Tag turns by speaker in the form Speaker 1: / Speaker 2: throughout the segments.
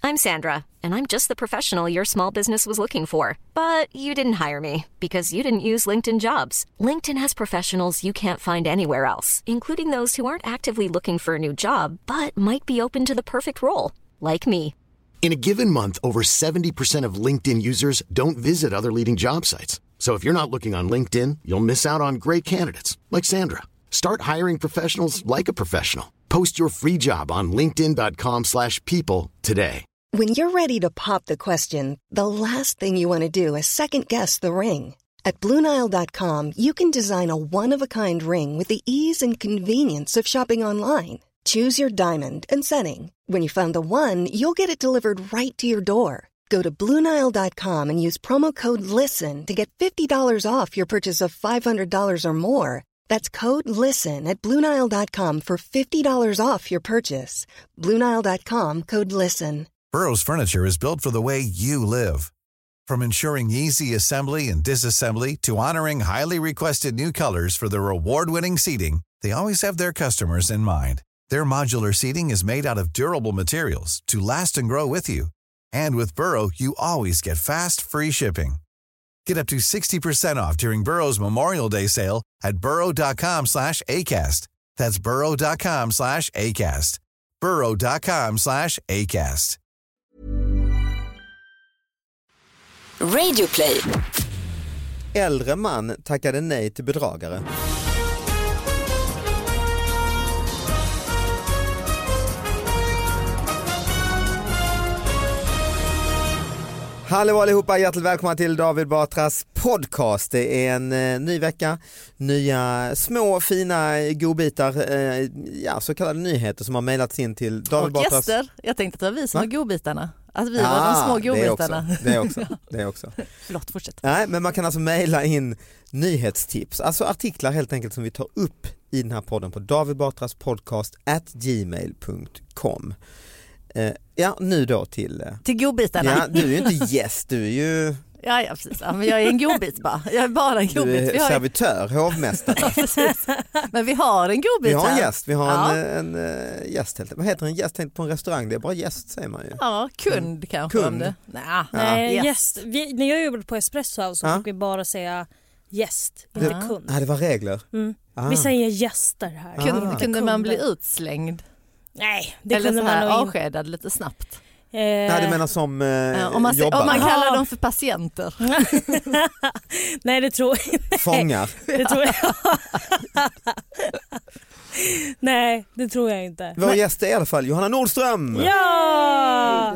Speaker 1: I'm Sandra, and I'm just the professional your small business was looking for. But you didn't hire me because you didn't use LinkedIn Jobs. LinkedIn has professionals you can't find anywhere else, including those who aren't actively looking for a new job, but might be open to the perfect role, like me.
Speaker 2: In a given month, over 70% of LinkedIn users don't visit other leading job sites. So if you're not looking on LinkedIn, you'll miss out on great candidates like Sandra. Start hiring professionals like a professional. Post your free job on linkedin.com/people today.
Speaker 3: When you're ready to pop the question, the last thing you want to do is second-guess the ring. At BlueNile.com, you can design a one-of-a-kind ring with the ease and convenience of shopping online. Choose your diamond and setting. When you find the one, you'll get it delivered right to your door. Go to BlueNile.com and use promo code LISTEN to get $50 off your purchase of $500 or more. That's code LISTEN at BlueNile.com for $50 off your purchase. BlueNile.com, code LISTEN.
Speaker 4: Burrow's furniture is built for the way you live. From ensuring easy assembly and disassembly to honoring highly requested new colors for their award-winning seating, they always have their customers in mind. Their modular seating is made out of durable materials to last and grow with you. And with Burrow, you always get fast, free shipping. Get up to 60% off during Burrow's Memorial Day sale at burrow.com/ACAST. That's burrow.com/ACAST. burrow.com/ACAST.
Speaker 5: Radio Play.
Speaker 6: Äldre man tackade nej till bedragare. Hallå allihopa, hjärtligt välkomna till David Batras podcast. Det är en ny vecka, nya små fina godbitar, så kallade nyheter som har mejlats in till David Batras.
Speaker 7: Och gäster, jag tänkte att det var vi som var godbitarna. Att vi var de små godbitarna.
Speaker 6: Det också.
Speaker 7: Förlåt, fortsätt.
Speaker 6: Nej, men man kan alltså mejla in nyhetstips, alltså artiklar helt enkelt som vi tar upp i den här podden på davidbatraspodcast@gmail.com. Nu då till
Speaker 7: godbitarna.
Speaker 6: Ja, du är ju inte gäst, du är ju...
Speaker 7: Ja, precis. Ja, men jag är en godbit bara. Jag är bara en godbit.
Speaker 6: Du är servitör, hovmästare.
Speaker 7: Ja, precis. Men vi har en godbit.
Speaker 6: Vi har en gäst. Vi har en gäst. Vad heter en gäst på en restaurang? Det är bara gäst, säger man ju.
Speaker 7: Ja, kund kanske.
Speaker 6: Kund.
Speaker 7: Om det.
Speaker 8: Nej, gäst. När jag jobbade på Espresso House så fick vi bara säga gäst, inte kund.
Speaker 6: Det var regler.
Speaker 8: Vi säger gäster här.
Speaker 7: Kunde man bli utslängd?
Speaker 8: Nej, det
Speaker 7: eller
Speaker 8: kunde
Speaker 7: så här
Speaker 8: man nog
Speaker 7: avskedad lite snabbt.
Speaker 6: Nej, du menar som
Speaker 7: om man
Speaker 6: jobbar.
Speaker 7: kallar dem för patienter.
Speaker 8: Nej, det tror jag inte.
Speaker 6: Fångar.
Speaker 8: Det tror jag. Nej, det tror jag inte.
Speaker 6: Vår gäst är i alla fall Johanna Nordström.
Speaker 8: Ja!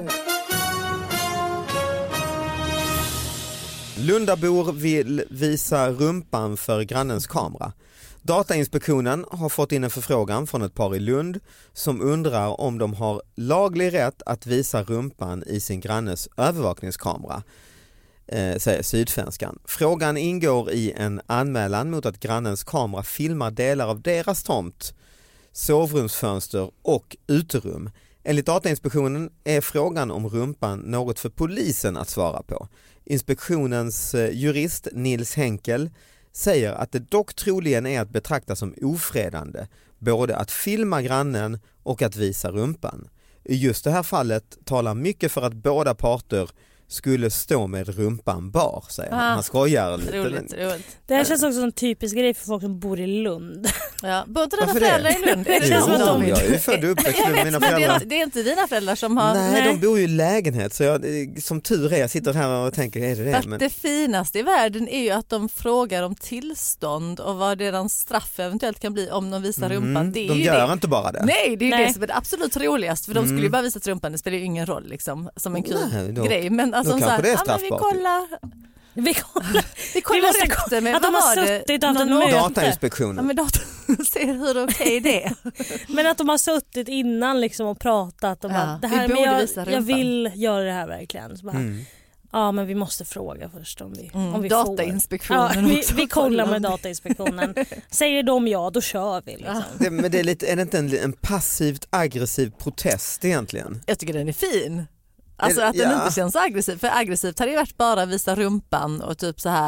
Speaker 6: Lundabor vill visa rumpan för grannens kamera. Datainspektionen har fått in en förfrågan från ett par i Lund som undrar om de har laglig rätt att visa rumpan i sin grannes övervakningskamera, säger Sydsvenskan. Frågan ingår i en anmälan mot att grannens kamera filmar delar av deras tomt, sovrumsfönster och uterum. Enligt Datainspektionen är frågan om rumpan något för polisen att svara på. Inspektionens jurist Nils Henkel säger att det dock troligen är att betrakta som ofredande, både att filma grannen och att visa rumpan. I just det här fallet talar mycket för att båda parter skulle stå med rumpan bar, säger han. Han skojar lite.
Speaker 7: Roligt.
Speaker 8: Det här känns också som en typisk grej för folk som bor i Lund.
Speaker 7: Ja, bor inte dina föräldrar i Lund?
Speaker 8: Det känns som att
Speaker 6: jag är ju född och uppväxt med mina föräldrar.
Speaker 7: Det är inte dina föräldrar som har...
Speaker 6: Nej, de bor ju i lägenhet, så jag, som tur är, jag sitter här och tänker, är det? Men...
Speaker 7: Det finaste i världen är ju att de frågar om tillstånd och vad deras straff eventuellt kan bli om de visar rumpan.
Speaker 6: De gör inte bara det.
Speaker 7: Nej, det är ju det som är det absolut roligast, för de skulle ju bara visa rumpan, det spelar ju ingen roll liksom, som en kul grej. Men alltså, så här,
Speaker 6: det är straffbart.
Speaker 7: Vi kollar efter med
Speaker 8: att de har suttit och haft ett möte.
Speaker 6: Datainspektionen.
Speaker 7: Ja, men ser hur okej det är.
Speaker 8: Men att de har suttit innan liksom och pratat om att det här, men jag vill göra det här verkligen. Så bara, ja, men vi måste fråga först om vi
Speaker 7: Datainspektionen.
Speaker 8: Ja, vi kollar med Datainspektionen. Säger de ja, då kör vi liksom.
Speaker 6: Men det är lite, är det inte en passivt aggressiv protest egentligen?
Speaker 7: Jag tycker den är fin. Alltså att den inte känns aggressiv. För aggressivt hade ju varit bara visa rumpan och typ så här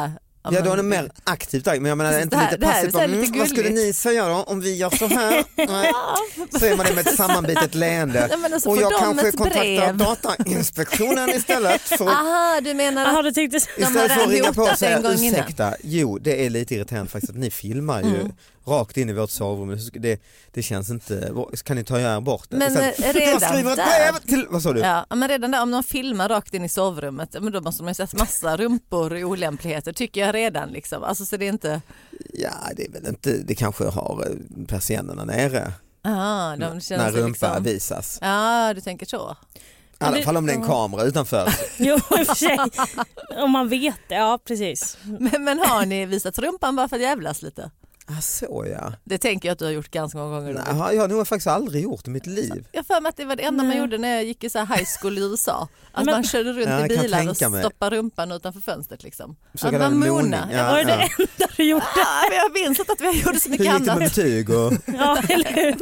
Speaker 6: Ja, då är det mer aktivt, men jag menar inte lite passivt. Vad skulle ni säga då om vi gör så här? Nej. Så är man det med ett sammanbitet leende.
Speaker 7: Alltså,
Speaker 6: och jag kanske kontaktar Datainspektionen istället för
Speaker 7: aha, du menar
Speaker 8: du tyckte
Speaker 6: istället för att ringa på och säga ursäkta. Jo, det är lite irriterande faktiskt att ni filmar ju rakt in i vårt sovrum. Det känns inte, kan ni ta er bort det?
Speaker 7: Men
Speaker 6: jag skriver ett brev till, vad sa du?
Speaker 7: Ja, men redan där, om de filmar rakt in i sovrummet, men då måste man ju sätta massa rumpor och olämpligheter, tycker jag redan liksom. Alltså, så det är inte...
Speaker 6: Ja, det är väl inte, det kanske har persiennerna nere.
Speaker 7: Aha,
Speaker 6: när rumpa liksom visas.
Speaker 7: Ja, du tänker så.
Speaker 6: I alla fall om det är en kamera utanför.
Speaker 8: Jo, i och för sig. Om man vet det, ja precis.
Speaker 7: Men har ni visat rumpan bara för att jävlas lite?
Speaker 6: Så ja.
Speaker 7: Det tänker jag att du har gjort ganska många gånger.
Speaker 6: Nej, jag har nog faktiskt aldrig gjort i mitt liv.
Speaker 7: Jag för mig att det var det enda man gjorde när jag gick i så här high school i USA. Att man körde runt i bilar och stoppade rumpan utanför fönstret liksom.
Speaker 6: Så kan man mona.
Speaker 8: Ja, var det enda du gjorde?
Speaker 7: Ja, jag minns att vi gjorde så mycket annat.
Speaker 6: Hur gick det med betyg? Och...
Speaker 8: ja, eller hur?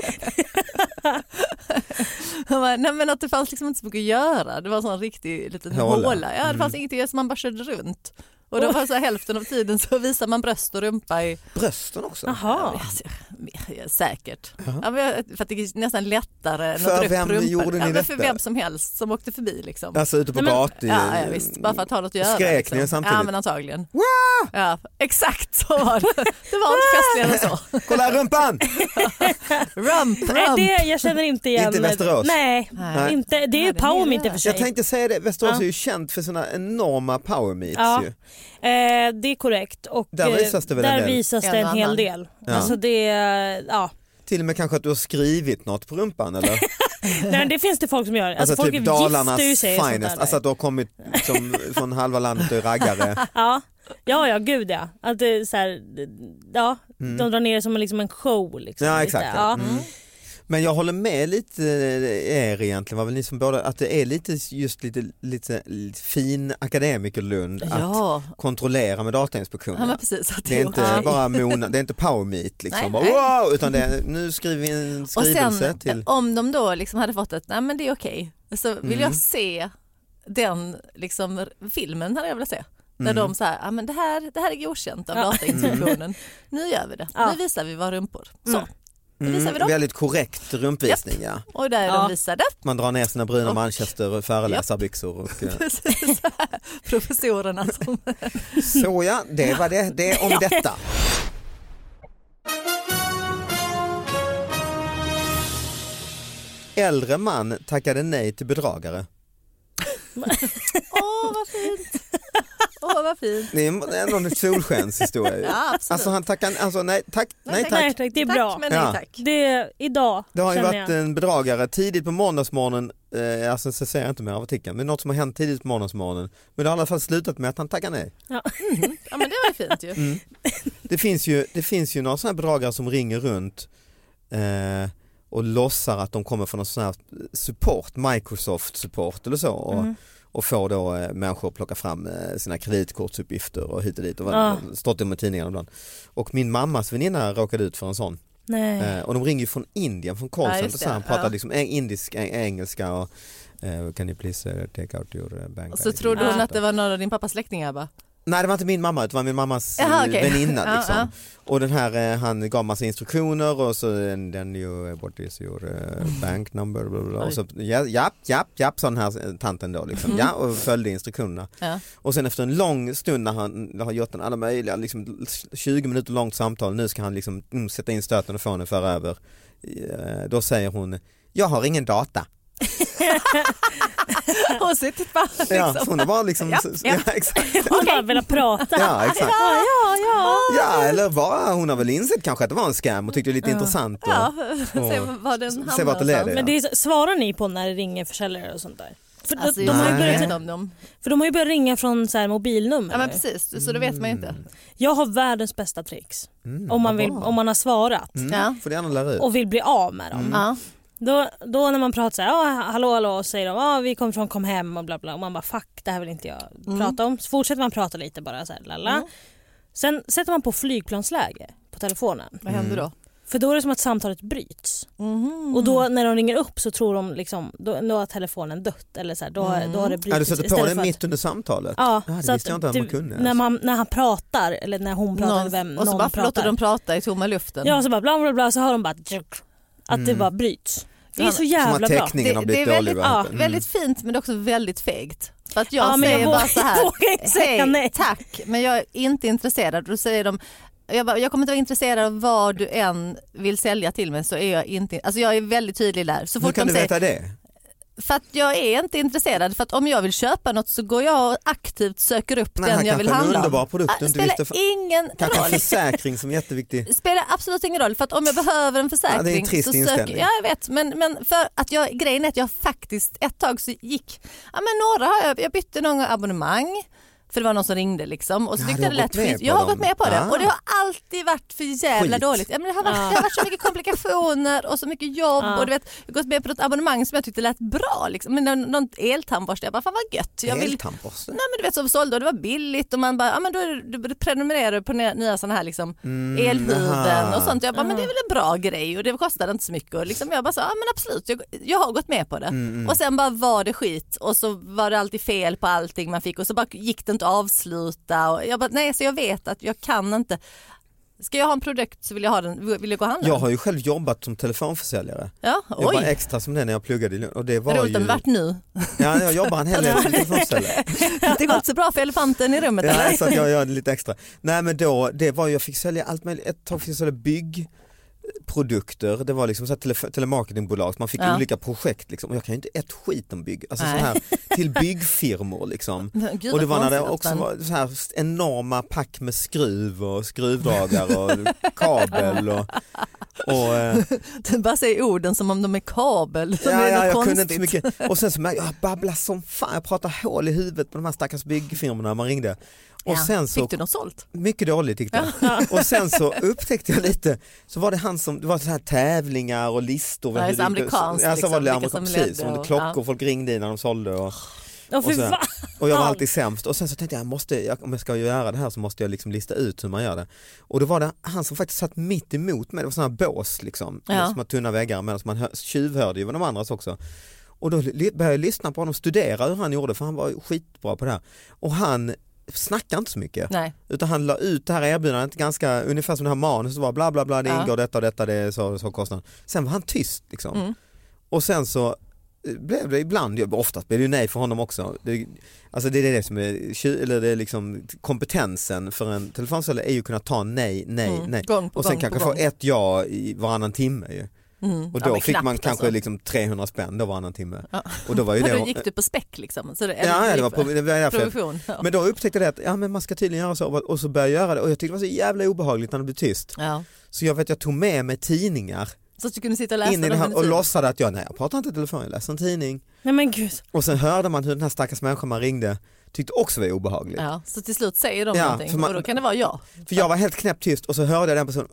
Speaker 7: Nej, men att det fanns liksom inte så mycket att göra. Det var en sån riktig liten håla. Ja, det fanns ingenting som man bara körde runt. Och då var så hälften av tiden så visar man bröst och rumpa i...
Speaker 6: Brösten också?
Speaker 7: Jaha. Ja, säkert. Ja, för att det är nästan lättare
Speaker 6: för vem rumpen. Gjorde ni detta?
Speaker 7: För vem som helst som åkte förbi liksom.
Speaker 6: Alltså ute på gatan?
Speaker 7: Ja, visst. Bara för att ha något att göra.
Speaker 6: Skrek
Speaker 7: liksom.
Speaker 6: ni samtidigt?
Speaker 7: Ja, men antagligen.
Speaker 6: Wow!
Speaker 7: Ja, exakt så var det. Det var inte festligare än så.
Speaker 6: Kolla rumpan!
Speaker 7: Rump.
Speaker 8: Nej, jag känner inte igen.
Speaker 6: Inte Västerås?
Speaker 8: Nej. Inte, det är ju Power Meet i och för sig.
Speaker 6: Jag tänkte säga det, Västerås är ju känt för såna enorma Power Meets ju.
Speaker 8: Det är korrekt. Och
Speaker 6: där visas det väl
Speaker 8: en hel del.
Speaker 6: Ja.
Speaker 8: Alltså det, ja.
Speaker 6: Till och med kanske att du har skrivit något på rumpan eller?
Speaker 8: Nej, det finns det folk som gör. Alltså folk
Speaker 6: typ Dalarnas finest. Alltså att du har kommit som, från halva landet och är raggare.
Speaker 8: Ja, gud ja. Att det är så här, de drar ner det som liksom en show. Liksom,
Speaker 6: ja, exakt. Ja. Men jag håller med lite egentligen, var väl ni som båda, att det är lite fin akademikerlund att kontrollera med Datainspektionen.
Speaker 7: Ja, precis,
Speaker 6: det är inte bara Mona, det är inte Power Meet liksom, nej. Wow, utan det är, nu skriver vi en skrivelse
Speaker 7: och sen,
Speaker 6: till...
Speaker 7: Om de då liksom hade fått ett, nej men det är okej, så vill jag se den liksom, filmen hade jag velat se. Där de så här, men det här är godkänt av Datainspektionen. Nu gör vi det. Nu visar vi våra rumpor. Så.
Speaker 6: Väldigt korrekt rumpvisning, ja.
Speaker 7: Och där de visade.
Speaker 6: Man drar ner sina bruna Manchester och föreläsarbyxor. Och,
Speaker 7: precis, professorerna som...
Speaker 6: Så ja, det var det om detta. Äldre man tackade nej till bedragare.
Speaker 7: Vad fint. Vad fint.
Speaker 6: Det är en solskenshistoria.
Speaker 7: Ja, absolut.
Speaker 6: Alltså han tackar, nej tack.
Speaker 8: Nej tack, det är bra.
Speaker 7: Tack, men nej, tack.
Speaker 8: Det är idag.
Speaker 6: Det har ju varit en bedragare tidigt på måndagsmorgonen, alltså så säger jag inte mer av artikeln, men något som har hänt tidigt på måndagsmorgonen. Men det har i alla fall slutat med att han tackar nej.
Speaker 7: Ja, ja men det var ju fint ju.
Speaker 6: Det finns ju några sådana här bedragare som ringer runt och låtsar att de kommer från någon sån här support, Microsoft support eller så, och får då människor att plocka fram sina kreditkortsuppgifter och hit och dit, och stått i med tidningarna ibland. Och min mammas väninna råkade ut för en sån. Och de ringer ju från Indien, från callcenter, så han pratar liksom indisk, engelska och can you please take out your bank.
Speaker 7: Och så trodde hon att det var några av din pappas släktingar bara?
Speaker 6: Nej, det var inte min mamma, det var min mammas väninna liksom. Och den här, han gav massa instruktioner och så then you, what is your bank number, bla bla. Och så japp, sån här tanten då liksom. Ja, och följde instruktionerna. Och sen efter en lång stund när han har gjort alla möjliga, liksom 20 minuter långt samtal, nu ska han liksom sätta in stöten och få den föra över. Då säger hon, jag har ingen data.
Speaker 7: Och suttit bara liksom.
Speaker 6: Ja, hon har bara liksom exakt.
Speaker 8: Hon har velat prata.
Speaker 6: Ja, exakt. Ja, eller bara hon har väl insett kanske att det var en scam och tyckte det var lite intressant och se vart det leder.
Speaker 8: Men det svarar ni på när det ringer försäljare och sånt där? För
Speaker 7: alltså,
Speaker 8: de har ju börjat ringa från så här mobilnummer.
Speaker 7: Ja, men precis, så det vet man ju inte.
Speaker 8: Jag har världens bästa tricks. Om man har svarat.
Speaker 6: Får det gärna lära ut.
Speaker 8: Och vill bli av med dem. Då när man pratar så här, hallå, och säger de, vi kommer från kom hem och bla bla, och man bara fuck, det här vill inte jag prata om. Så fortsätter man prata lite bara så här, lalla. Sen sätter man på flygplansläge på telefonen.
Speaker 7: Vad händer då?
Speaker 8: För då är det som att samtalet bryts. Och då när de ringer upp så tror de liksom, då har telefonen dött. Eller så här, då har det brutits.
Speaker 6: Du sätter på den mitt under samtalet?
Speaker 8: Ja,
Speaker 6: det
Speaker 8: så
Speaker 6: visste jag inte att man kunde.
Speaker 8: När han pratar, eller när hon pratar,
Speaker 7: och så bara låter de prata i tomma luften.
Speaker 8: Ja, så bara bla bla bla, så hör de bara att det bara bryts. Det är så jävla bra.
Speaker 6: Det är
Speaker 7: väldigt fint, men det är också väldigt fegt. För att jag säger bara så här, hej, tack, men jag är inte intresserad. Då säger de, jag kommer inte vara intresserad av vad du än vill sälja till mig, så är jag inte, alltså jag är väldigt tydlig där. Så fort
Speaker 6: hur kan du veta det?
Speaker 7: För att jag är inte intresserad, för att om jag vill köpa något så går jag och aktivt söker upp den jag vill handla.
Speaker 6: En underbar produkt. Det
Speaker 7: spelar ingen roll.
Speaker 6: Kanske en försäkring som är jätteviktig.
Speaker 7: Spelar absolut ingen roll, för att om jag behöver en försäkring
Speaker 6: det är en trist
Speaker 7: så
Speaker 6: inställning.
Speaker 7: Ja, jag vet, men för att grejen är att jag faktiskt ett tag så gick, några har jag bytte några abonnemang. För det var någon som ringde liksom. Och så tyckte det lät skit. Jag har gått med på det. Och det har alltid varit för jävla dåligt. Ja, men det har varit så mycket komplikationer och så mycket jobb. Och du vet, jag har gått med på ett abonnemang som jag tyckte lät bra. Liksom. Men någon eltandborste, jag bara, fan vad gött.
Speaker 6: Eltandborste?
Speaker 7: Nej, men du vet, som sålde och det var billigt. Och man bara, du prenumererar på nya sådana här liksom, elhuvuden och sånt. Jag bara, men det är väl en bra grej. Och det kostade inte så mycket. Och liksom, jag bara, men absolut, jag har gått med på det. Och sen bara var det skit. Och så var det alltid fel på allting man fick. Och så bara gick det inte avsluta och jag bara, nej, så jag vet att jag kan inte. Ska jag ha en produkt så vill jag ha den, vill jag gå och handla.
Speaker 6: Jag har ju själv jobbat som telefonförsäljare.
Speaker 7: Ja,
Speaker 6: jag var extra som det när jag pluggade i Lund, och det var
Speaker 7: roligt ju vart nu.
Speaker 6: Ja, jag jobbar en hel del som telefonförsäljare.
Speaker 7: Det går inte så bra för elefanten i rummet eller?
Speaker 6: Ja, så att jag gör lite extra. Nej, men då det var jag fick sälja allt möjligt. Ett tag fick jag sälja byggprodukter. Det var liksom så här telemarketingbolag. Man fick olika projekt liksom. Och jag kan ju inte ett skit om bygg. Alltså så här till byggfirmor liksom.
Speaker 7: Gud,
Speaker 6: och det var när det också var så här enorma pack med skruv och skruvdragare och kabel och
Speaker 7: du bara säger orden som om de är kabel.
Speaker 6: Jag kunde inte så mycket. Och sen så jag babblade som fan. Jag pratade hål i huvudet på de här stackars byggfirmorna när man ringde. Och sen så,
Speaker 7: fick du något sålt?
Speaker 6: Mycket dåligt tyckte jag. Och sen så upptäckte jag lite, så var det det var så här tävlingar och listor.
Speaker 7: Ja, det är amerikanskt.
Speaker 6: Ja, så var det amerikanskt, precis. Som klockor folk ringde in när de sålde. Och jag var alltid sämst. Och sen så tänkte jag, om jag ska göra det här så måste jag liksom lista ut hur man gör det. Och då var det han som faktiskt satt mitt emot mig. Det var sådana här bås liksom. Som har tunna väggar, medan man tjuvhörde ju vad de andras också. Och då började jag lyssna på honom, studera hur han gjorde, för han var skitbra på det här. Och han snackade inte så mycket. Nej. Utan han la ut det här erbjudandet ganska ungefär som det här manuset var, bla bla bla, det ingår detta och detta, det är så kostnaden. Sen var han tyst liksom. Och sen så blev det ibland, oftast blev det ju nej för honom också. Alltså det är det som är, det är liksom kompetensen för en telefonsäljare är ju kunna ta nej. Och sen kanske få ett ja i varannan timme ju. Och då fick man kanske liksom 300 spänn då varannan timme. Ja. Och då var ju det.
Speaker 7: Då gick du på späck liksom. Så
Speaker 6: det var provision. Ja. Men då upptäckte jag att men man ska tydligen göra så, och så började jag göra det, och jag tyckte det var så jävla obehagligt när det blev tyst. Ja. Så jag tog med mig tidningar. Så
Speaker 7: att du kunde sitta och läsa
Speaker 6: in i det här, och låtsade att jag pratar inte i telefon, jag läser en tidning.
Speaker 8: Nej men gud.
Speaker 6: Och sen hörde man hur den här stackars människan man ringde tyckte också var obehagligt.
Speaker 7: Ja, så till slut säger de någonting, och då kan det vara jag.
Speaker 6: För jag var helt knäppt tyst, och så hörde jag den personen.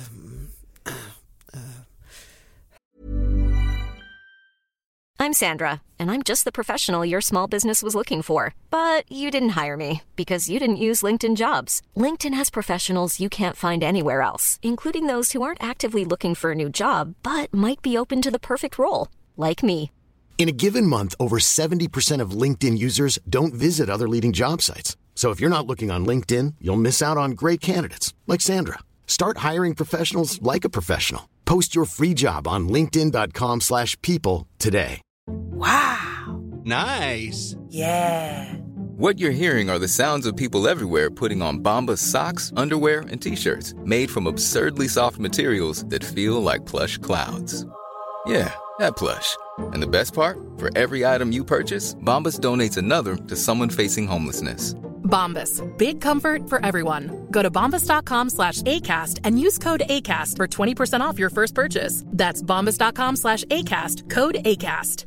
Speaker 1: I'm Sandra, and I'm just the professional your small business was looking for. But you didn't hire me because you didn't use LinkedIn Jobs. LinkedIn has professionals you can't find anywhere else, including those who aren't actively looking for a new job, but might be open to the perfect role, like me.
Speaker 2: In a given month, over 70% of LinkedIn users don't visit other leading job sites. So if you're not looking on LinkedIn, you'll miss out on great candidates, like Sandra. Start hiring professionals like a professional. Post your free job on linkedin.com/people today.
Speaker 9: Wow. Nice.
Speaker 10: Yeah.
Speaker 9: What you're hearing are the sounds of people everywhere putting on Bombas socks, underwear, and T-shirts made from absurdly soft materials that feel like plush clouds. Yeah, that plush. And the best part? For every item you purchase, Bombas donates another to someone facing homelessness.
Speaker 11: Bombas. Big comfort for everyone. Go to bombas.com/ACAST and use code ACAST for 20% off your first purchase. That's bombas.com/ACAST. Code ACAST.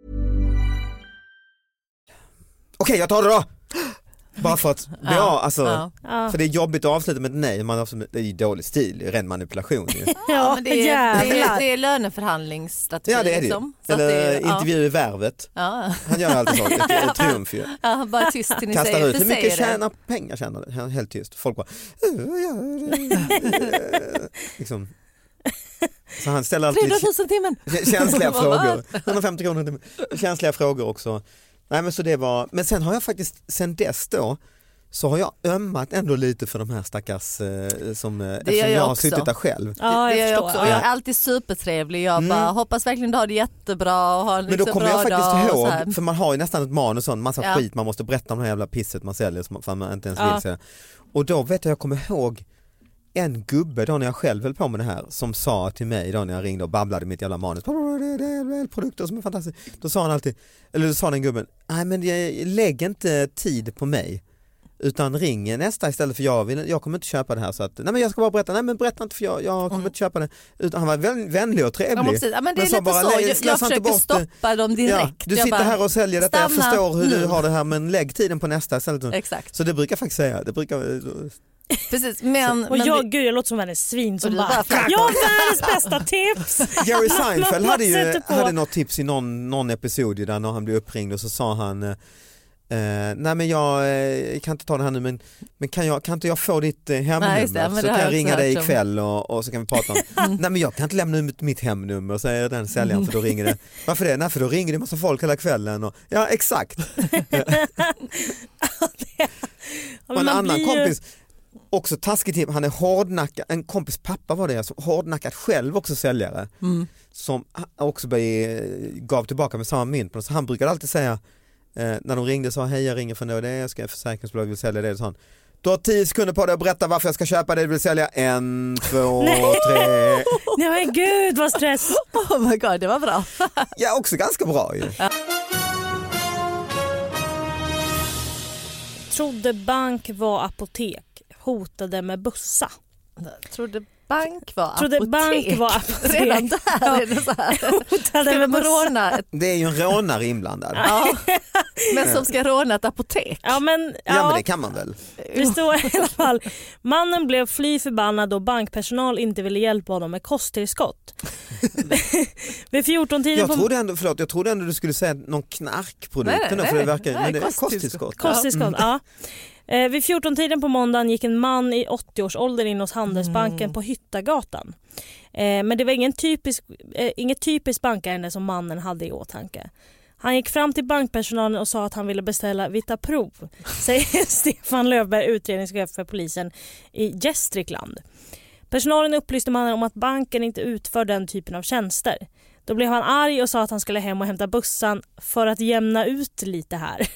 Speaker 6: Okej, jag tar det då! Bara för att, för det är jobbigt att avsluta med ett nej, det är ju dålig stil, ren manipulation ju.
Speaker 7: Ja, men det är löneförhandlingsstrategi.
Speaker 6: Ja, det är det.
Speaker 7: Liksom.
Speaker 6: Eller intervju i Värvet.
Speaker 7: Ja.
Speaker 6: Han gör alltid så, ett triumf ju.
Speaker 7: Ja, bara tyst till ni
Speaker 6: kastar
Speaker 7: säger
Speaker 6: ut, hur mycket pengar tjänar det? Helt tyst. Folk bara liksom. Så han ställer alltid
Speaker 7: 300 000 timmen.
Speaker 6: känsliga frågor. 150 kronor timmen. Känsliga frågor också. Nej, men så det var, men sen har jag faktiskt sen dess då så har jag ömmat ändå lite för de här stackars som jag har suttit där själv.
Speaker 7: Ja, det är jag också. Jag är alltid supertrevlig. Jag bara hoppas verkligen du har det jättebra och har
Speaker 6: men då kommer jag faktiskt ihåg, för man har ju nästan ett manus och en massa skit man måste berätta om det här jävla pisset man säljer för man inte ens vill säga. Och då vet jag kommer ihåg en gubbe då när jag själv höll på med det här som sa till mig då när jag ringde och babblade mitt jävla manus. Det är produkter som är fantastiska. Då sa han alltid, eller då sa den gubben, nej men lägg inte tid på mig. Utan ring nästa istället för jag kommer inte köpa det här så att nej men jag ska bara berätta, nej men berätta inte för jag kommer inte köpa det. Utan han var vänlig och trevlig.
Speaker 7: Ja, men det är lite bara, så, jag försöker stoppa dem direkt.
Speaker 6: Du sitter här och säljer detta, jag förstår hur du har det här men lägg tiden på nästa istället.
Speaker 7: Exakt.
Speaker 6: Så det brukar jag faktiskt säga,
Speaker 7: precis,
Speaker 8: jag låter som en svin som bara jag har världens bästa tips.
Speaker 6: Gary Seinfeld hade något tips i någon episod där när han blev uppringd och så sa han nej men jag kan inte ta det här nu men kan inte jag få ditt hemnummer så kan jag ringa dig ikväll och så kan vi prata om nej men jag kan inte lämna ut mitt hemnummer säger den säljaren för då ringer det. Varför det? Nej för då ringer det en massa folk hela kvällen och ja exakt. Och en annan kompis också taskigt tip, han är hårdnackad, en kompis pappa var det alltså, hårdnackad själv också säljare som också gav tillbaka med samma mynt på. Så han brukade alltid säga när de ringde och sa hej jag ringer från det jag ska försäkringsbolag vill sälja det, så han du har 10 sekunder på dig att berätta varför jag ska köpa det du vill sälja. 1, 2, 3.
Speaker 8: Nej men gud vad stress.
Speaker 7: Oh my god, det var bra.
Speaker 6: Ja, också ganska bra ju.
Speaker 8: Trodde bank var apotek, hotade med bussa.
Speaker 7: Trodde bank var apotek.
Speaker 8: Redan
Speaker 7: där är det så här.
Speaker 6: Det är ju en rånare inblandad.
Speaker 7: Ja. Men som ska råna ett apotek.
Speaker 8: Ja men
Speaker 6: det kan man väl.
Speaker 8: Det står i alla fall. Mannen blev fly förbannad då bankpersonal inte ville hjälpa honom med kosttillskott. Vid 14-tiden
Speaker 6: jag trodde ändå du skulle säga någon knarkprodukt.
Speaker 7: Nej,
Speaker 6: för det verkar, men det är kosttillskott.
Speaker 8: Kosttillskott, ja. Vid 14-tiden på måndagen gick en man i 80-årsåldern in hos Handelsbanken på Hyttagatan. Men det var inget typiskt bankärende som mannen hade i åtanke. Han gick fram till bankpersonalen och sa att han ville beställa Vitaprov, säger Stefan Löfberg, utredningschef för polisen i Gästrikland. Personalen upplyste mannen om att banken inte utför den typen av tjänster. Då blev han arg och sa att han skulle hem och hämta bussan för att jämna ut lite här.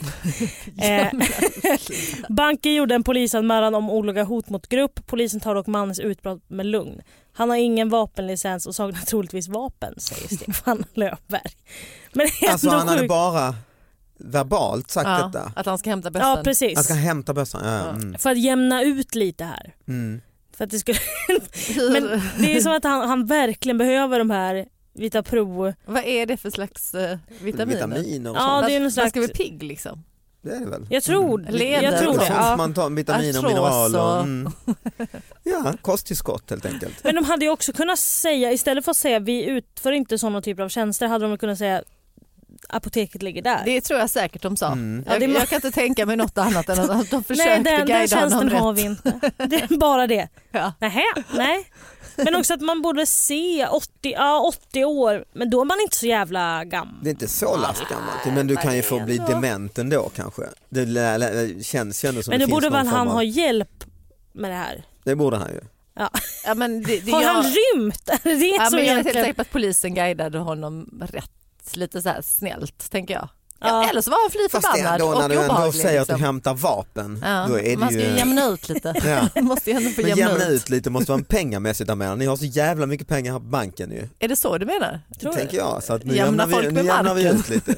Speaker 8: Banken gjorde en polisanmälan om olaga hot mot grupp. Polisen tar dock mannens utbrott med lugn. Han har ingen vapenlicens och saknar troligtvis vapen, säger Stefan Löfberg. Men
Speaker 6: alltså han hade bara verbalt sagt detta.
Speaker 7: Att han ska hämta bössan.
Speaker 8: Ja, precis.
Speaker 6: Han ska hämta bössan.
Speaker 8: För att jämna ut lite här. För att det skulle men det är som att han verkligen behöver de här Vitaprov.
Speaker 7: Vad är det för slags vitaminer och
Speaker 8: ja, det är någon slags...
Speaker 7: ska bli pigg liksom.
Speaker 6: Det är det väl.
Speaker 8: Jag tror det.
Speaker 6: Ja. Man tar vitaminer och mineral och kosttillskott helt enkelt.
Speaker 8: Men de hade ju också kunnat säga, istället för att säga vi utför inte sådana typer av tjänster, hade de kunnat säga apoteket ligger där.
Speaker 7: Det tror jag säkert de sa. Jag kan inte tänka mig något annat än att de försökte guida honom rätt. Nej, den tjänsten har vi inte. Det är bara det. Ja.
Speaker 8: Nej. Men också att man borde se 80 år, men då är man inte så jävla gammal.
Speaker 6: Det är inte så lastgammalt, men du kan ju få bli dement ändå kanske. Det känns som
Speaker 8: men det borde väl han ha hjälp med det här?
Speaker 6: Det borde han ju.
Speaker 8: Ja, men har han rymt? Det är så
Speaker 7: men jag är helt säker på att polisen guidade honom rätt. Lite så här snällt, tänker jag. Eller så var han fly förbannad och
Speaker 6: när du ändå säger
Speaker 7: liksom.
Speaker 6: Att du hämtar vapen då är
Speaker 7: man ska ju jämna ut lite. Måste ju ändå få
Speaker 6: jämna ut lite måste vara pengamässigt där med. Ni har så jävla mycket pengar här på banken ju.
Speaker 7: Är det så du menar?
Speaker 6: Det tänker jag. Så att nu jämnar vi ut lite.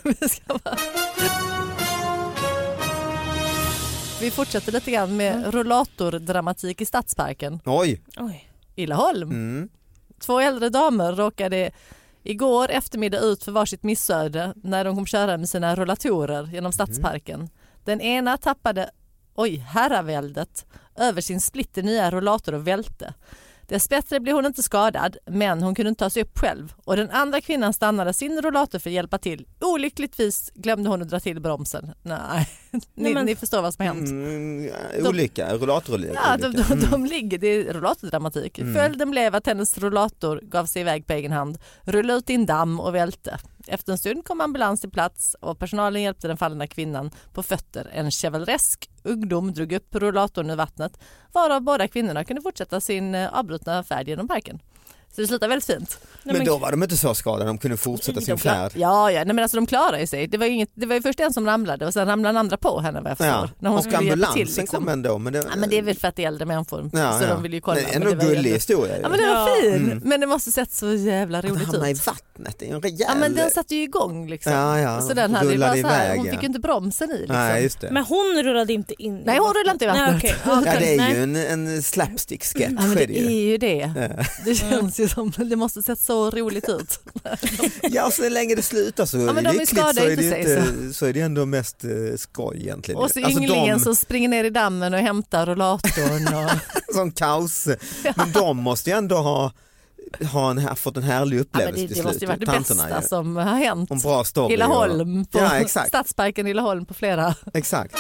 Speaker 7: Vi fortsätter lite grann med rollatordramatik i Stadsparken.
Speaker 6: Oj.
Speaker 7: I Laholm. 2 äldre damer råkade igår eftermiddag ut för varsitt missöde när de kom köra med sina rollatorer genom Stadsparken. Den ena tappade herraväldet över sin splitter nya rollator och välte. Dessbättre blev hon inte skadad, men hon kunde inte ta sig upp själv. Och den andra kvinnan stannade sin rollator för att hjälpa till. Olyckligtvis glömde hon att dra till bromsen. Nej, Ni förstår vad som har hänt.
Speaker 6: Rullatorolycka.
Speaker 7: Ja, de ligger, det är rullatordramatik. Följden blev att hennes rullator gav sig iväg på egen hand, rullade ut i en damm och välte. Efter en stund kom ambulans till plats och personalen hjälpte den fallna kvinnan på fötter. En chevaleresk ungdom drog upp rullatorn ur vattnet, varav båda kvinnorna kunde fortsätta sin avbrutna färd genom parken. Så det slutade väldigt fint.
Speaker 6: Men då var de inte så skadade, de kunde fortsätta sin färd.
Speaker 7: Ja, nej, men alltså de klarade ju sig. Det var ju först en som ramlade och sen ramlade den andra på henne vad jag förstår. När hon
Speaker 6: och ambulansen kom ändå. Men
Speaker 7: det är väl för att det är äldre människor. Så de vill ju kolla.
Speaker 6: Det är en gullig historia.
Speaker 7: Ja, men det var fin. Men det måste sett så jävla roligt ut.
Speaker 6: Han hamnade i vattnet, det är en rejäl...
Speaker 7: Ja, men den satte ju igång liksom. Så den hade bara så här, hon fick ju inte bromsen i liksom.
Speaker 6: Nej, just det.
Speaker 8: Men hon rullade inte in.
Speaker 7: Nej, hon rullade inte i vattnet.
Speaker 8: Okay.
Speaker 6: Ja, det är ju en slapstick-sketch.
Speaker 7: Ja, men det är ju det. Det känns ju som, det måste sett så roligt ut.
Speaker 6: Ja, så länge det slutar så lyckligt så är det ändå mest skoj egentligen.
Speaker 7: Och så ynglingen som springer ner i dammen och hämtar rullatorn.
Speaker 6: Som kaos. Men de måste ju ändå ha fått en härlig upplevelse till slut.
Speaker 7: Det måste ju varit det bästa som har hänt.
Speaker 6: En bra story.
Speaker 7: Laholm på Stadsparken i Laholm på flera.
Speaker 6: Exakt.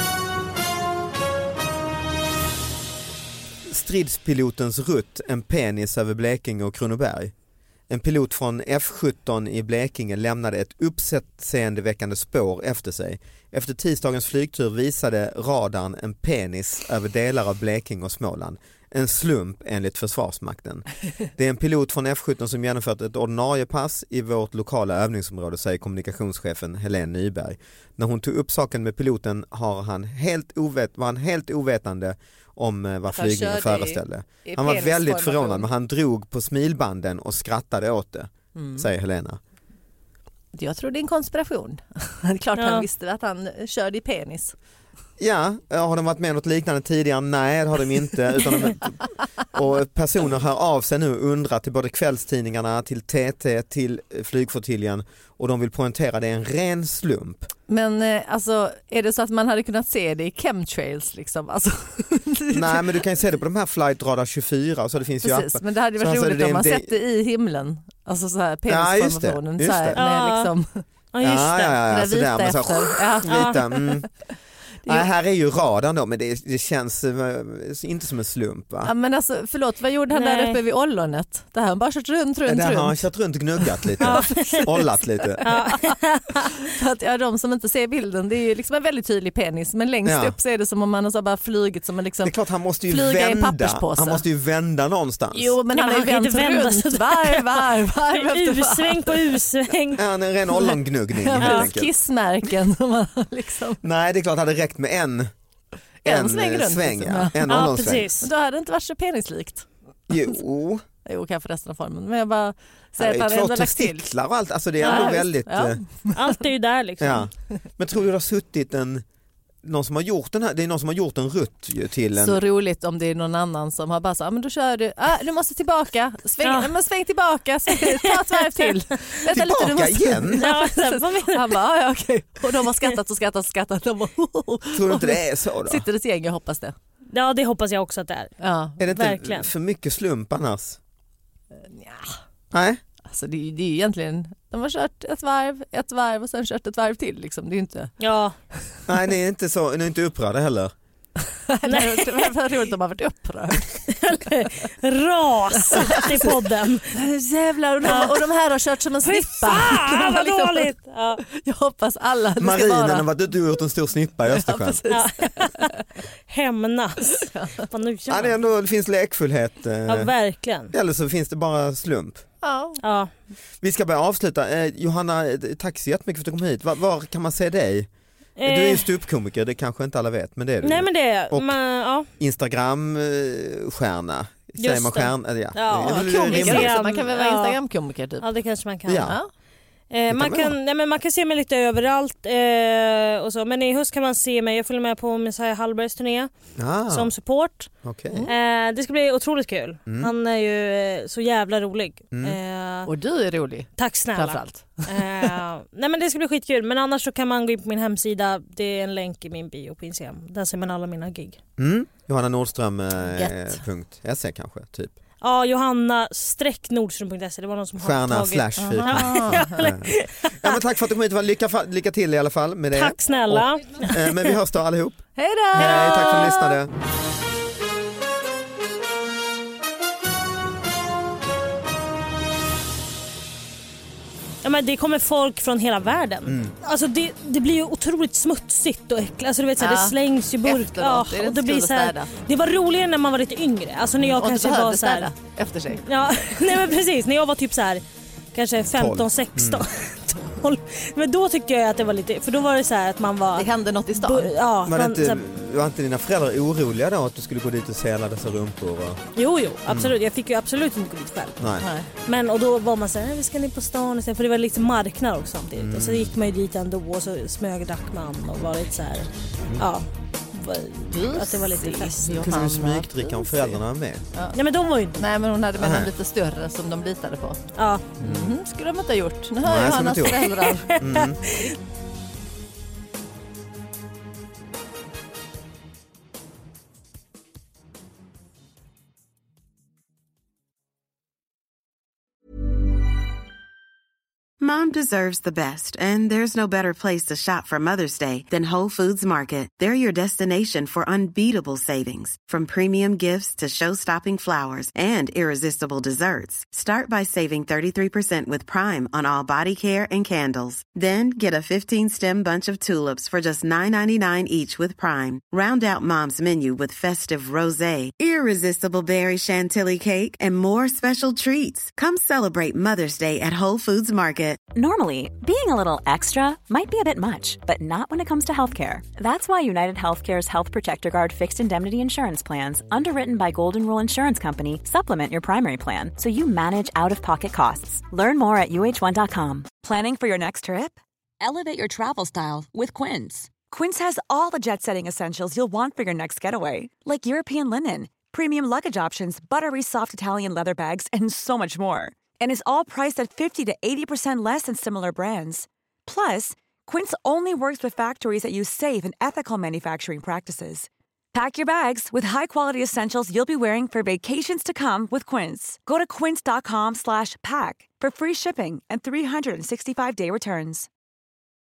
Speaker 6: Stridspilotens rutt, en penis över Blekinge och Kronoberg. En pilot från F17 i Blekinge lämnade ett uppseendeväckande spår efter sig. Efter tisdagens flygtur visade radarn en penis över delar av Blekinge och Småland. En slump enligt Försvarsmakten. Det är en pilot från F17 som genomfört ett ordinarie pass i vårt lokala övningsområde, säger kommunikationschefen Helene Nyberg. När hon tog upp saken med piloten var han helt ovetande om vad flygningen föreställde. Han var väldigt förvånad, men han drog på smilbanden och skrattade åt det, säger Helena.
Speaker 7: Jag tror det är en konspiration. Det är klart han visste att han körde i penis.
Speaker 6: Ja, har de varit med något liknande tidigare? Nej, det har de inte. Och personer hör av sig nu och undrar till både kvällstidningarna, till TT, till flygflottiljen, och de vill poängtera det är en ren slump.
Speaker 7: Men alltså, är det så att man hade kunnat se det i chemtrails liksom? Alltså.
Speaker 6: Nej, men du kan ju se det på de här Flight Radar 24, så det finns ju appen.
Speaker 7: Men det hade varit roligt om man sett det i himlen. Alltså så här penisformationen.
Speaker 6: Ja, just det.
Speaker 7: Med liksom...
Speaker 8: Ja, just det.
Speaker 7: Vita efter.
Speaker 6: Nej, här är ju radarn då, men det känns inte som en slump, va?
Speaker 7: Ja, men alltså, förlåt, vad gjorde han där uppe vid ollonet? Det här har bara kört runt.
Speaker 6: Där har han kört runt, gnuggat lite, ollat lite.
Speaker 7: För att, de som inte ser bilden, det är ju liksom en väldigt tydlig penis, men längst upp så är det som om man har bara flugit som en liksom.
Speaker 6: Det är klart, han måste ju vända. Han måste ju vända någonstans.
Speaker 7: Jo, men han har ju vänt runt varv.
Speaker 8: U-sväng på U-sväng.
Speaker 6: Ja, en ren ollongnuggning.
Speaker 7: Kissmärken. Liksom.
Speaker 6: Nej, det är klart, hade räckt med en sväng runt. En ollonsväng.
Speaker 7: Då hade det inte varit så penislikt.
Speaker 6: Jo,
Speaker 7: kanske resten av formen. Men jag bara säger
Speaker 6: att han ändå lagt till. Och allt. Alltså det är ändå väldigt...
Speaker 8: Allt är ju där liksom.
Speaker 6: Ja. Men tror du det har suttit någon som har gjort den här, det är någon som har gjort en rutt till en...
Speaker 7: Så roligt om det är någon annan som har bara så, men då kör du, du måste tillbaka, sväng tillbaka, ta ett varv till. Vänta
Speaker 6: tillbaka
Speaker 7: lite,
Speaker 6: igen?
Speaker 7: Han bara, okej. Och de har skrattat. De bara,
Speaker 6: tror du inte det är så då?
Speaker 7: Sitter det ett gäng, jag hoppas det.
Speaker 8: Ja, det hoppas jag också att det är.
Speaker 7: Ja.
Speaker 6: Är det inte
Speaker 8: verkligen
Speaker 6: för mycket slump annars?
Speaker 7: Ja.
Speaker 6: Nej.
Speaker 7: Alltså det är egentligen, de har kört ett varv och sen kört ett varv till liksom. Det är inte.
Speaker 8: Ja.
Speaker 6: Nej, ni är inte så, ni är inte upprörda heller.
Speaker 7: Nej, det var roligt om man varit upprörd.
Speaker 8: Rasat i podden.
Speaker 7: Jävlar, och de här har kört som en snippa.
Speaker 8: Fan, vad dåligt. Ja.
Speaker 7: Jag hoppas alla.
Speaker 6: Marinen har varit ute och gjort en stor snippa i Östersjön.
Speaker 8: Ja, hämnas.
Speaker 6: Det finns lekfullhet.
Speaker 8: Ja, verkligen.
Speaker 6: Eller så finns det bara slump.
Speaker 7: Ja.
Speaker 6: Vi ska börja avsluta. Johanna, tack så jättemycket för att du kom hit. Var kan man se dig? Du är ju ståuppkomiker, det kanske inte alla vet, men det är du.
Speaker 8: Nej, men det är
Speaker 6: och Instagram-stjärna. Säger man stjärna?
Speaker 7: Komiker, man kan väl vara Instagram-komiker typ.
Speaker 8: Ja, det kanske man kan.
Speaker 7: Ja.
Speaker 8: Man kan se mig lite överallt och så. Men i höst kan man se mig. Jag följer med på Messiah Hallbergs turné som support.
Speaker 6: Okay.
Speaker 8: Det ska bli otroligt kul. Han är ju så jävla rolig.
Speaker 7: Och du är rolig.
Speaker 8: Tack snälla.
Speaker 7: Framförallt.
Speaker 8: Nej, men det ska bli skitkul. Men annars så kan man gå in på min hemsida. Det är en länk i min bio på Instagram. Där ser man alla mina gig.
Speaker 6: Johanna Nordström.se kanske typ.
Speaker 8: Ja, Johanna-nordström.se. Det var någon som
Speaker 6: Stjärna
Speaker 8: har tagit...
Speaker 6: Ja, men tack för att du kom hit. Lycka till i alla fall med det.
Speaker 8: Tack snälla.
Speaker 6: Men vi hörs då allihop.
Speaker 7: Hej då!
Speaker 6: Hej, tack för att ni lyssnade.
Speaker 8: Ja, men det kommer folk från hela världen. Alltså det blir ju otroligt smutsigt och äckligt. Alltså, du vet, så här, det slängs ju burk. Ja,
Speaker 7: det,
Speaker 8: och det blir så här, det var roligare när man var lite yngre. Alltså när jag kanske var så här
Speaker 7: efter sig.
Speaker 8: Ja, nej men precis. När jag var typ så här kanske 15, 16. 12. Men då tyckte jag att det var lite, för då var det så här att man var...
Speaker 7: Det hände något i stan.
Speaker 8: Ja,
Speaker 6: var inte dina föräldrar oroliga då att du skulle gå dit och se alla dessa rumpor? Och...
Speaker 8: Jo, absolut. Jag fick ju absolut inte gå dit själv.
Speaker 6: Nej.
Speaker 8: Men och då var man så här, vi ska ner på stan och sen, för det var liksom marknad också samtidigt. Och så gick man ju dit ändå och så smögdack man och var lite så här, ja. Att det var lite fest.
Speaker 6: Kunde du smygdricka om föräldrarna med?
Speaker 8: Ja, men de var ju inte.
Speaker 7: Nej, men hon hade med en lite större som de litade på.
Speaker 8: Ja.
Speaker 7: Skulle de inte ha gjort. Nu hör Johannas föräldrar.
Speaker 10: Mom deserves the best, and there's no better place to shop for Mother's Day than Whole Foods Market. They're your destination for unbeatable savings, from premium gifts to show-stopping flowers and irresistible desserts. Start by saving 33% with Prime on all body care and candles. Then get a 15-stem bunch of tulips for just $9.99 each with Prime. Round out Mom's menu with festive rosé, irresistible berry chantilly cake, and more special treats. Come celebrate Mother's Day at Whole Foods Market.
Speaker 12: Normally, being a little extra might be a bit much, but not when it comes to healthcare. That's why United Healthcare's Health Protector Guard fixed indemnity insurance plans, underwritten by Golden Rule Insurance Company, supplement your primary plan so you manage out-of-pocket costs. Learn more at uh1.com.
Speaker 13: Planning for your next trip? Elevate your travel style with Quince. Quince has all the jet-setting essentials you'll want for your next getaway, like European linen, premium luggage options, buttery soft Italian leather bags, and so much more. And is all priced at 50 to 80% less than similar brands. Plus, Quince only works with factories that use safe and ethical manufacturing practices. Pack your bags with high-quality essentials you'll be wearing for vacations to come with Quince. Go to quince.com/pack for free shipping and 365-day returns.